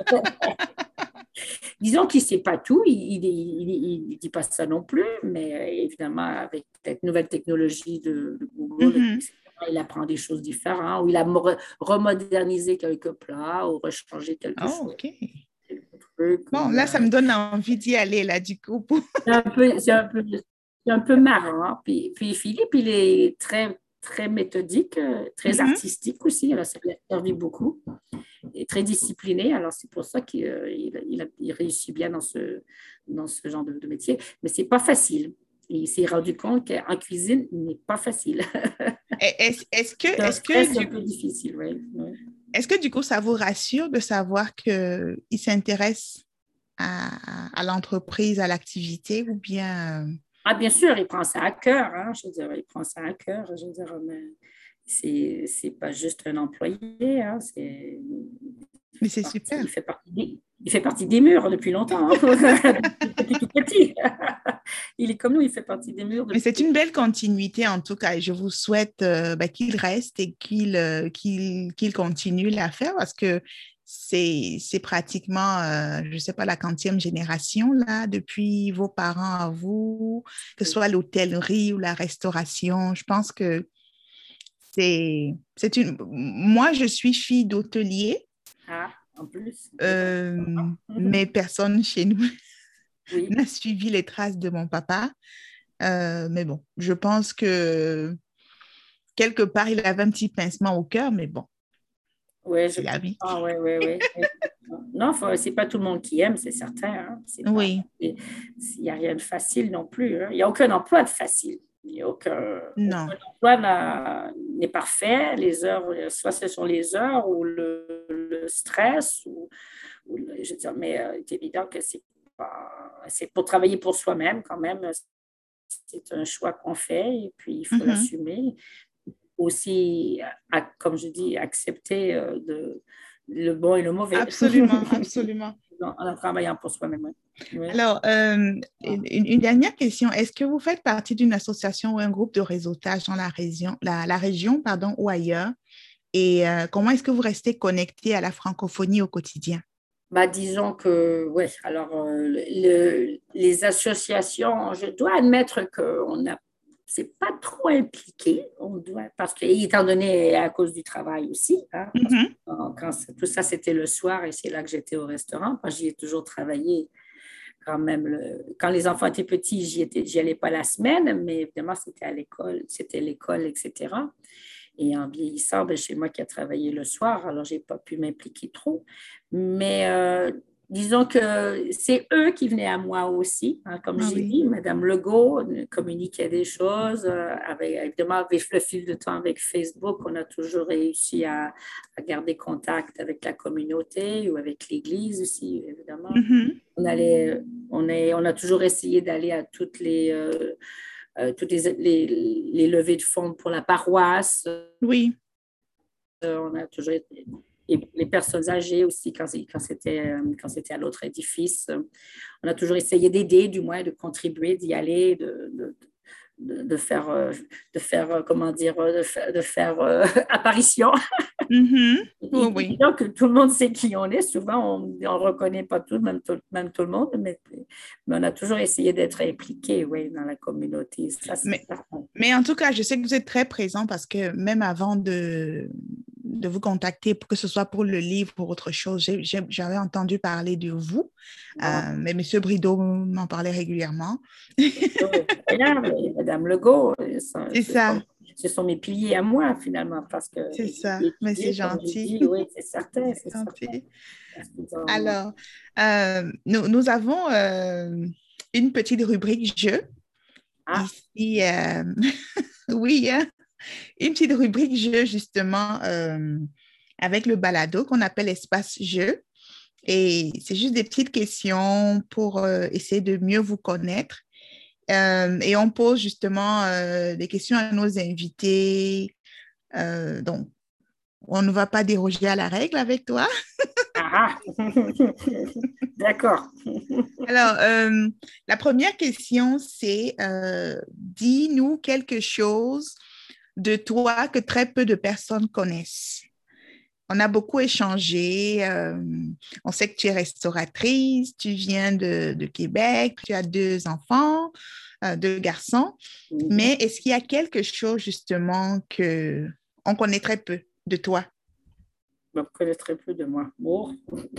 Disons qu'il ne sait pas tout, il ne dit pas ça non plus, mais euh, évidemment, avec cette nouvelle technologie de, de Google, Mhm. et cetera, il apprend des choses différentes, ou il a re- remodernisé quelques plats, ou rechangé quelque Oh, chose, OK. quelques trucs, Bon, ou, là, ça euh, me donne envie d'y aller, là, du coup. pour- c'est un peu, c'est un peu, c'est un peu marrant. Hein. Puis, puis Philippe, il est très, très méthodique, euh, très Mhm. artistique aussi, alors ça lui a servi beaucoup. Est très discipliné. Alors, c'est pour ça qu'il euh, il, il a, il réussit bien dans ce, dans ce genre de, de métier. Mais c'est pas facile. Et il s'est rendu compte qu'en cuisine, il n'est pas facile. Et Est-ce, est-ce que, C'est un est-ce que stress un du, peu difficile, oui. Oui. est-ce que du coup, ça vous rassure de savoir qu'il s'intéresse à, à l'entreprise, à l'activité ou bien... euh, Ah, bien sûr, il prend ça à cœur. Hein, je veux dire, il prend ça à cœur. Je veux dire, mais c'est, c'est pas juste un employé. Hein, c'est, Mais c'est partie, super. il, fait partie des, il fait partie des murs depuis longtemps. Hein, depuis tout petit. Il est comme nous, il fait partie des murs Mais depuis c'est tout une petit. belle continuité en tout cas et je vous souhaite euh, bah, qu'il reste et qu'il euh, qu'il qu'il continue à faire parce que c'est c'est pratiquement, euh, je ne sais pas, la quantième génération là, depuis vos parents à vous, que ce soit l'hôtellerie ou la restauration. Je pense que c'est c'est une... Moi, je suis fille d'hôtelier, Ah, en plus. euh, mais personne chez nous Oui, n'a suivi les traces de mon papa. Euh, mais bon, je pense que quelque part, il avait un petit pincement au cœur, mais bon, oui, je c'est la vie. comprends. Oui, oui, oui. Non, faut- c'est pas tout le monde qui aime, c'est certain. Hein. C'est pas, Oui, il n'y a rien de facile non plus. Hein. Il n'y a aucun emploi de facile. Il y a aucun, non. aucun emploi n'a- n'est parfait. Les heures, soit ce sont les heures ou le, le stress, ou, ou le- je veux dire, mais euh, c'est évident que c'est pas, c'est pour travailler pour soi-même quand même. C'est un choix qu'on fait et puis il faut Mhm. l'assumer. Aussi, à- comme je dis, accepter euh, de, le bon et le mauvais. Absolument, absolument. en, en travaillant pour soi-même. Oui. Oui. Alors, euh, une, une dernière question. Est-ce que vous faites partie d'une association ou un groupe de réseautage dans la région, la, la région pardon, ou ailleurs? Et euh, comment est-ce que vous restez connecté à la francophonie au quotidien? Bah, disons que, oui, alors euh, le, les associations, je dois admettre qu'on a, c'est pas trop impliqué, on doit, parce que, étant donné à cause du travail aussi, hein, parce que Mhm. quand, quand tout ça c'était le soir et c'est là que j'étais au restaurant, moi j'y ai toujours travaillé quand même. Le, quand les enfants étaient petits, j'y étais, j'y allais pas la semaine, mais évidemment c'était à l'école, c'était l'école, et cetera. Et en vieillissant, ben, c'est moi qui ai travaillé le soir, alors je n'ai pas pu m'impliquer trop. Mais euh, disons que c'est eux qui venaient à moi aussi. Hein, comme Ah j'ai oui. dit, Mme Legault communiquait des choses. Euh, avec, évidemment, avec le fil de temps avec Facebook, on a toujours réussi à, à garder contact avec la communauté ou avec l'Église aussi, évidemment. Mhm. On, allait, on, est, on a toujours essayé d'aller à toutes les... Euh, euh, toutes les, les, les levées de fonds pour la paroisse. Oui. Euh, on a toujours été, et les personnes âgées aussi, quand, quand c'était quand c'était à l'autre édifice. On a toujours essayé d'aider, du moins de contribuer, d'y aller, de, de, de, de faire, de faire, comment dire, de faire, de faire euh, apparition. Mhm. Et Oui, puis, oui. disons que tout le monde sait qui on est. Souvent, on ne reconnaît pas tout, même tout, même tout le monde, mais, mais on a toujours essayé d'être impliqué, oui, dans la communauté. Ça, c'est Mais, certain. mais en tout cas, je sais que vous êtes très présent parce que même avant de, de vous contacter, pour que ce soit pour le livre ou autre chose, j'ai- j'ai- j'avais entendu parler de vous. Bon. Euh, mais M. Brideau m'en parlait régulièrement. Rien, mais Madame Legault, ça- C'est ce ça, sont, ce sont mes piliers à moi, finalement, parce que c'est ça. Mais c'est étudier, comme j'ai gentil. dit, oui, c'est certain, C'est c'est certain. gentil. Parce qu'ils ont- Alors, euh, nous, nous avons euh, une petite rubrique jeu Ah, ici. euh, oui, hein, une petite rubrique jeu justement euh, avec le balado qu'on appelle espace jeu. Et c'est juste des petites questions pour euh, essayer de mieux vous connaître. Euh, et on pose justement euh, des questions à nos invités. Euh, donc, on ne va pas déroger à la règle avec toi. ah, ah. D'accord. Alors, euh, la première question, c'est euh, dis-nous quelque chose de toi que très peu de personnes connaissent. On a beaucoup échangé. Euh, on sait que tu es restauratrice, tu viens de, de Québec, tu as deux enfants, euh, deux garçons. Mhm. Mais est-ce qu'il y a quelque chose justement que on connaît très peu de toi? Vous connaîtrez plus de moi. Bon.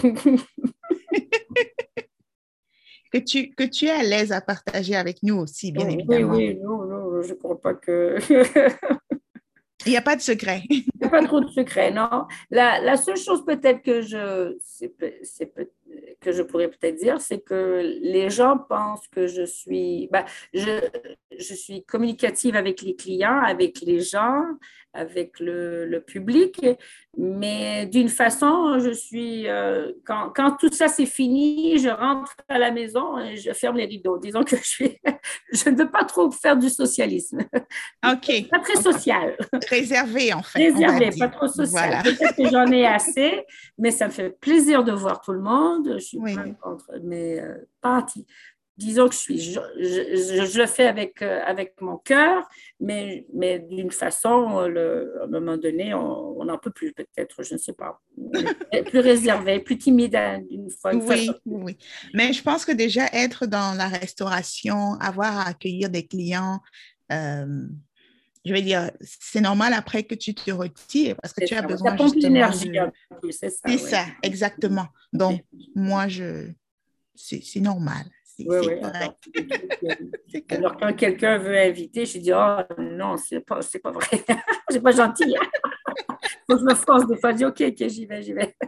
Que tu, que tu es à l'aise à partager avec nous aussi, bien Oui, évidemment. oui, non, non, je ne crois pas que... Il n'y a pas de secret. Il n'y a pas trop de secret, non. La, la seule chose peut-être que je, c'est, c'est peut- que je pourrais peut-être dire, c'est que les gens pensent que je suis, ben, je, je suis communicative avec les clients, avec les gens, avec le, le public, mais d'une façon, je suis, euh, quand, quand tout ça c'est fini, je rentre à la maison et je ferme les rideaux. Disons que je suis, je ne veux pas trop faire du socialisme. OK. Pas très social. Réservé, en fait, on va Réservé, pas dire. trop social. Voilà. Peut-être que j'en ai assez, mais ça me fait plaisir de voir tout le monde. Je suis pas Oui. contre, mais euh, pas anti. Disons que je suis, je, je, je le fais avec, euh, avec mon cœur, mais, mais d'une façon, le, à un moment donné, on n'en peut plus peut-être, je ne sais pas. On est plus réservé, plus timide hein, d'une fois, une façon. Oui, oui. Mais je pense que déjà être dans la restauration, avoir à accueillir des clients, euh, je vais dire, c'est normal après que tu te retires parce que C'est tu as ça, ça besoin pompe justement l'énergie de... un peu, c'est ça, C'est oui. ça, exactement. Donc, moi, je... c'est c'est normal. C'est Oui, c'est oui. correct. Alors, des trucs, euh, C'est alors correct. quand quelqu'un veut inviter, je dis, oh non, c'est pas, c'est pas vrai. C'est pas gentil. Faut que je me force des fois. Je dis, OK, OK, j'y vais, j'y vais.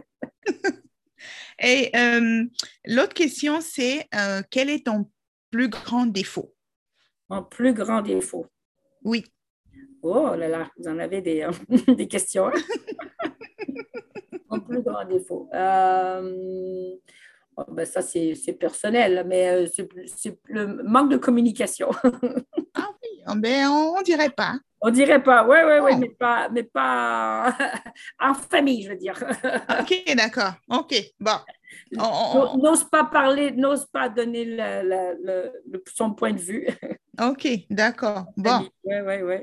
Et euh, l'autre question, c'est euh, quel est ton plus grand défaut? Mon plus grand défaut. Oui. Oh là là, vous en avez des, hein, des questions. Hein? Mon plus grand défaut. Euh, oh, ben ça, c'est c'est personnel, mais euh, c'est c'est le manque de communication. Ah oui, oh, ben, on ne dirait pas. On dirait pas, oui, oui, oui, Oh, mais pas, mais pas en famille, je veux dire. OK, d'accord. OK, bon. On- N'ose pas parler, n'ose pas donner la- la- le- le- son point de vue. on- OK, d'accord. Bon. Oui, oui, oui.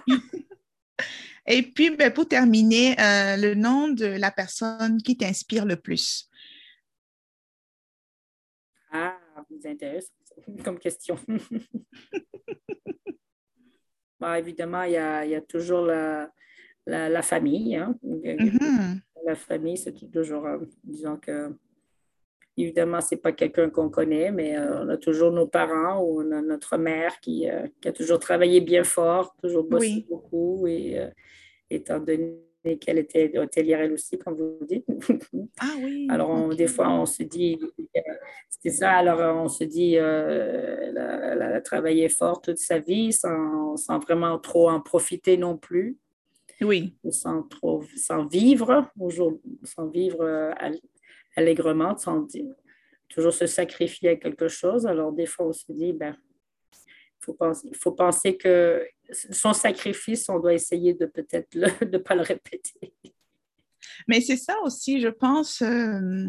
Et puis, ben, pour terminer, euh, le nom de la personne qui t'inspire le plus. Ah, vous intéresse comme question. Bon, évidemment, il y a, il y a toujours la, la, la famille. Hein. Mhm. La famille, c'est toujours, euh, disons que, évidemment, ce n'est pas quelqu'un qu'on connaît, mais euh, on a toujours nos parents ou on a notre mère qui, euh, qui a toujours travaillé bien fort, toujours bossé Oui. beaucoup et euh, étant donné qu'elle était hôtelière elle aussi, comme vous dites. Ah oui, Alors, on- OK. des fois, on se dit, euh, c'était ça, alors on se dit, euh, elle, a, elle a travaillé fort toute sa vie sans, sans vraiment trop en profiter non plus, Oui, sans trop, sans vivre, aujourd'hui, sans vivre euh, allègrement, sans dire- toujours se sacrifier à quelque chose. Alors, des fois, on se dit, ben, il faut penser, faut penser que son sacrifice, on doit essayer de peut-être le- de ne pas le répéter. mais c'est ça aussi, je pense. euh,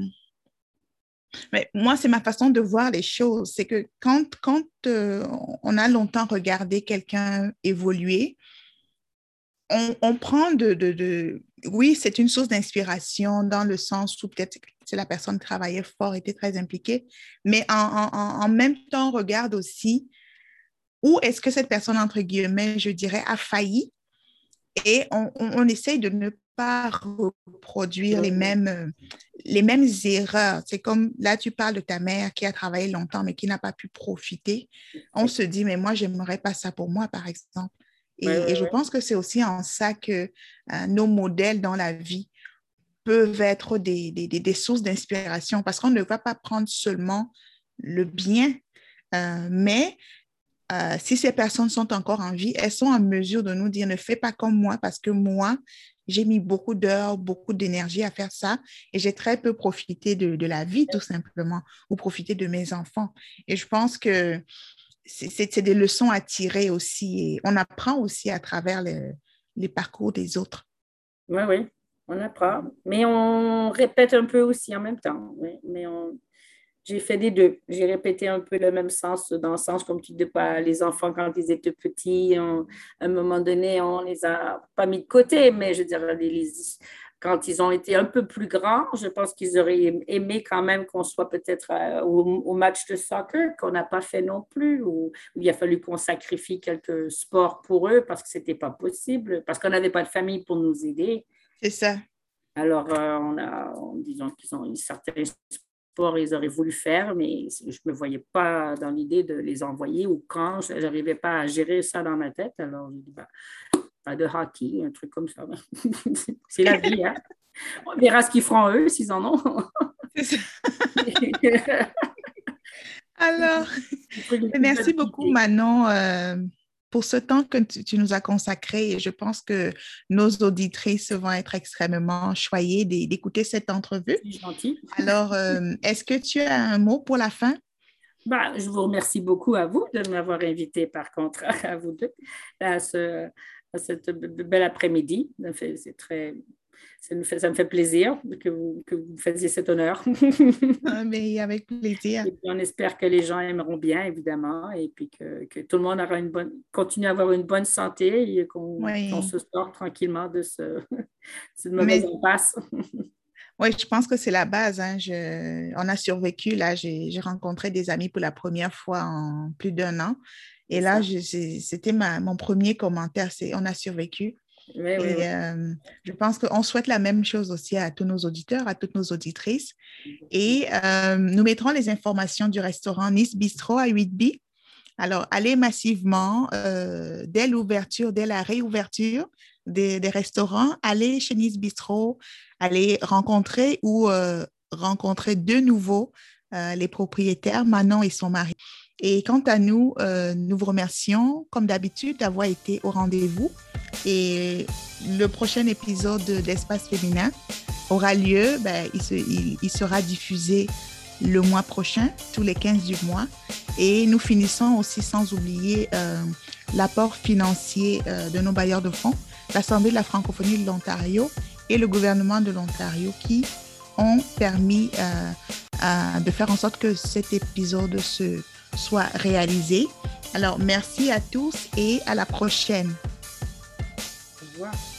mais moi, c'est ma façon de voir les choses. C'est que quand, quand euh, on a longtemps regardé quelqu'un évoluer, on, on prend de, de, de... Oui, c'est une source d'inspiration dans le sens où peut-être si la personne travaillait fort, était très impliquée, mais en, en, en même temps, on regarde aussi où est-ce que cette personne, entre guillemets, je dirais, a failli et on, on, on essaye de ne pas reproduire les mêmes, euh, les mêmes erreurs. C'est comme là, tu parles de ta mère qui a travaillé longtemps mais qui n'a pas pu profiter. On se dit, mais moi, j'aimerais pas ça pour moi, par exemple. Oui, Et, oui, et je oui. pense que c'est aussi en ça que euh, nos modèles dans la vie peuvent être des, des, des, des sources d'inspiration parce qu'on ne va pas prendre seulement le bien, euh, mais euh, si ces personnes sont encore en vie, elles sont en mesure de nous dire ne fais pas comme moi parce que moi, j'ai mis beaucoup d'heures, beaucoup d'énergie à faire ça et j'ai très peu profité de, de la vie tout simplement ou profité de mes enfants. Et je pense que c'est c'est des leçons à tirer aussi et on apprend aussi à travers le, les parcours des autres. Oui, oui, on apprend. Mais on répète un peu aussi en même temps. Oui. Mais on, j'ai fait des deux. J'ai répété un peu le même sens, dans le sens, comme tu dis, pas, les enfants, quand ils étaient petits, on- à un moment donné, on les a pas mis de côté, mais je dirais, les, les- quand ils ont été un peu plus grands, je pense qu'ils auraient aimé quand même qu'on soit peut-être euh, au, au match de soccer, qu'on n'a pas fait non plus, ou où il a fallu qu'on sacrifie quelques sports pour eux parce que c'était pas possible, parce qu'on n'avait pas de famille pour nous aider. C'est ça. Alors, euh, on a, en disant qu'ils ont certains sports ils auraient voulu faire, mais je ne me voyais pas dans l'idée de les envoyer ou quand, je n'arrivais pas à gérer ça dans ma tête. Alors, je dis, bah, pas de hockey, un truc comme ça. C'est la vie, hein? On verra ce qu'ils feront eux, s'ils en ont. C'est ça. Alors, merci beaucoup, Manon, euh, pour ce temps que tu, tu nous as consacré. Et je pense que nos auditrices vont être extrêmement choyées d'é- d'écouter cette entrevue. C'est gentil. Alors, euh, est-ce que tu as un mot pour la fin? Bah, je vous remercie beaucoup à vous de m'avoir invité, par contre, à vous deux, à, ce, à cette belle après-midi. C'est très, ça me fait, ça me fait plaisir que vous, que vous fassiez cet honneur. Ah, mais avec plaisir. Et puis, on espère que les gens aimeront bien, évidemment, et puis que, que tout le monde aura une bonne, continue à avoir une bonne santé et qu'on qu'on Oui, se sort tranquillement de ce, cette mauvaise mais impasse. oui, je pense que c'est la base, hein. Je- on a survécu. Là, j'ai j'ai rencontré des amis pour la première fois en plus d'un an. Et C'est là, ça. je- c'est- c'était ma, mon premier commentaire, c'est on a survécu. Oui, oui, Et euh, je pense qu'on souhaite la même chose aussi à tous nos auditeurs, à toutes nos auditrices. oui. Et euh, nous mettrons les informations du restaurant Nice Bistro à huit B. Alors, allez massivement euh, dès l'ouverture, dès la réouverture des, des restaurants, allez chez Nice Bistro, allez rencontrer ou euh, rencontrer de nouveau euh, les propriétaires, Manon et son mari. Et quant à nous, euh, nous vous remercions, comme d'habitude, d'avoir été au rendez-vous. Et le prochain épisode d'Espace Féminin aura lieu, ben, il, se, il, il sera diffusé le mois prochain, tous les quinze du mois. Et nous finissons aussi sans oublier euh, l'apport financier euh, de nos bailleurs de fonds, l'Assemblée de la francophonie de l'Ontario et le gouvernement de l'Ontario qui ont permis euh, euh, de faire en sorte que cet épisode se, soit réalisé. Alors, merci à tous et à la prochaine. Au revoir.